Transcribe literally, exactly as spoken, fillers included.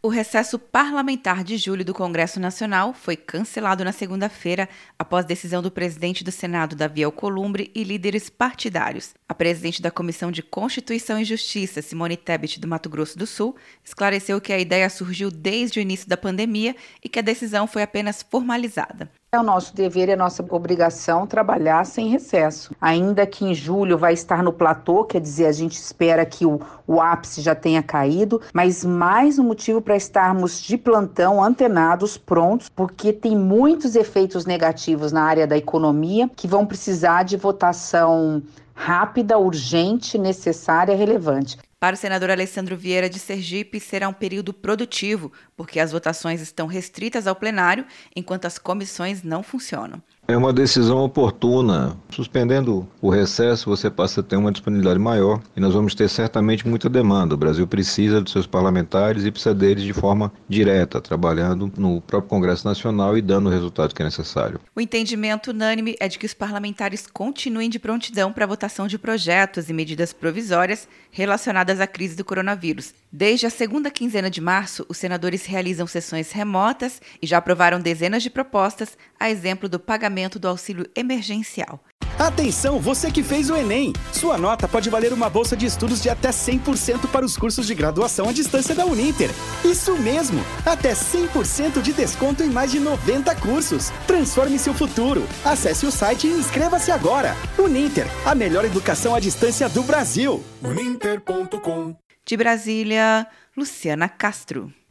O recesso parlamentar de julho do Congresso Nacional foi cancelado na segunda-feira após decisão do presidente do Senado, Davi Alcolumbre, e líderes partidários. A presidente da Comissão de Constituição e Justiça, Simone Tebet, do Mato Grosso do Sul, esclareceu que a ideia surgiu desde o início da pandemia e que a decisão foi apenas formalizada. É o nosso dever e a nossa obrigação trabalhar sem recesso. Ainda que em julho vai estar no platô, quer dizer, a gente espera que o, o ápice já tenha caído, mas mais um motivo para estarmos de plantão, antenados, prontos, porque tem muitos efeitos negativos na área da economia que vão precisar de votação rápida, urgente, necessária, relevante. Para o senador Alessandro Vieira de Sergipe, será um período produtivo, porque as votações estão restritas ao plenário, enquanto as comissões não funcionam. É uma decisão oportuna. Suspendendo o recesso, você passa a ter uma disponibilidade maior e nós vamos ter certamente muita demanda. O Brasil precisa dos seus parlamentares e precisa deles de forma direta, trabalhando no próprio Congresso Nacional e dando o resultado que é necessário. O entendimento unânime é de que os parlamentares continuem de prontidão para a votação de projetos e medidas provisórias relacionadas à crise do coronavírus. Desde a segunda quinzena de março, os senadores realizam sessões remotas e já aprovaram dezenas de propostas, a exemplo do pagamento do auxílio emergencial. Atenção, você que fez o Enem! Sua nota pode valer uma bolsa de estudos de até cem por cento para os cursos de graduação à distância da Uninter. Isso mesmo! Até cem por cento de desconto em mais de noventa cursos. Transforme seu futuro. Acesse o site e inscreva-se agora. Uninter, a melhor educação à distância do Brasil. uninter ponto com. De Brasília, Luciana Castro.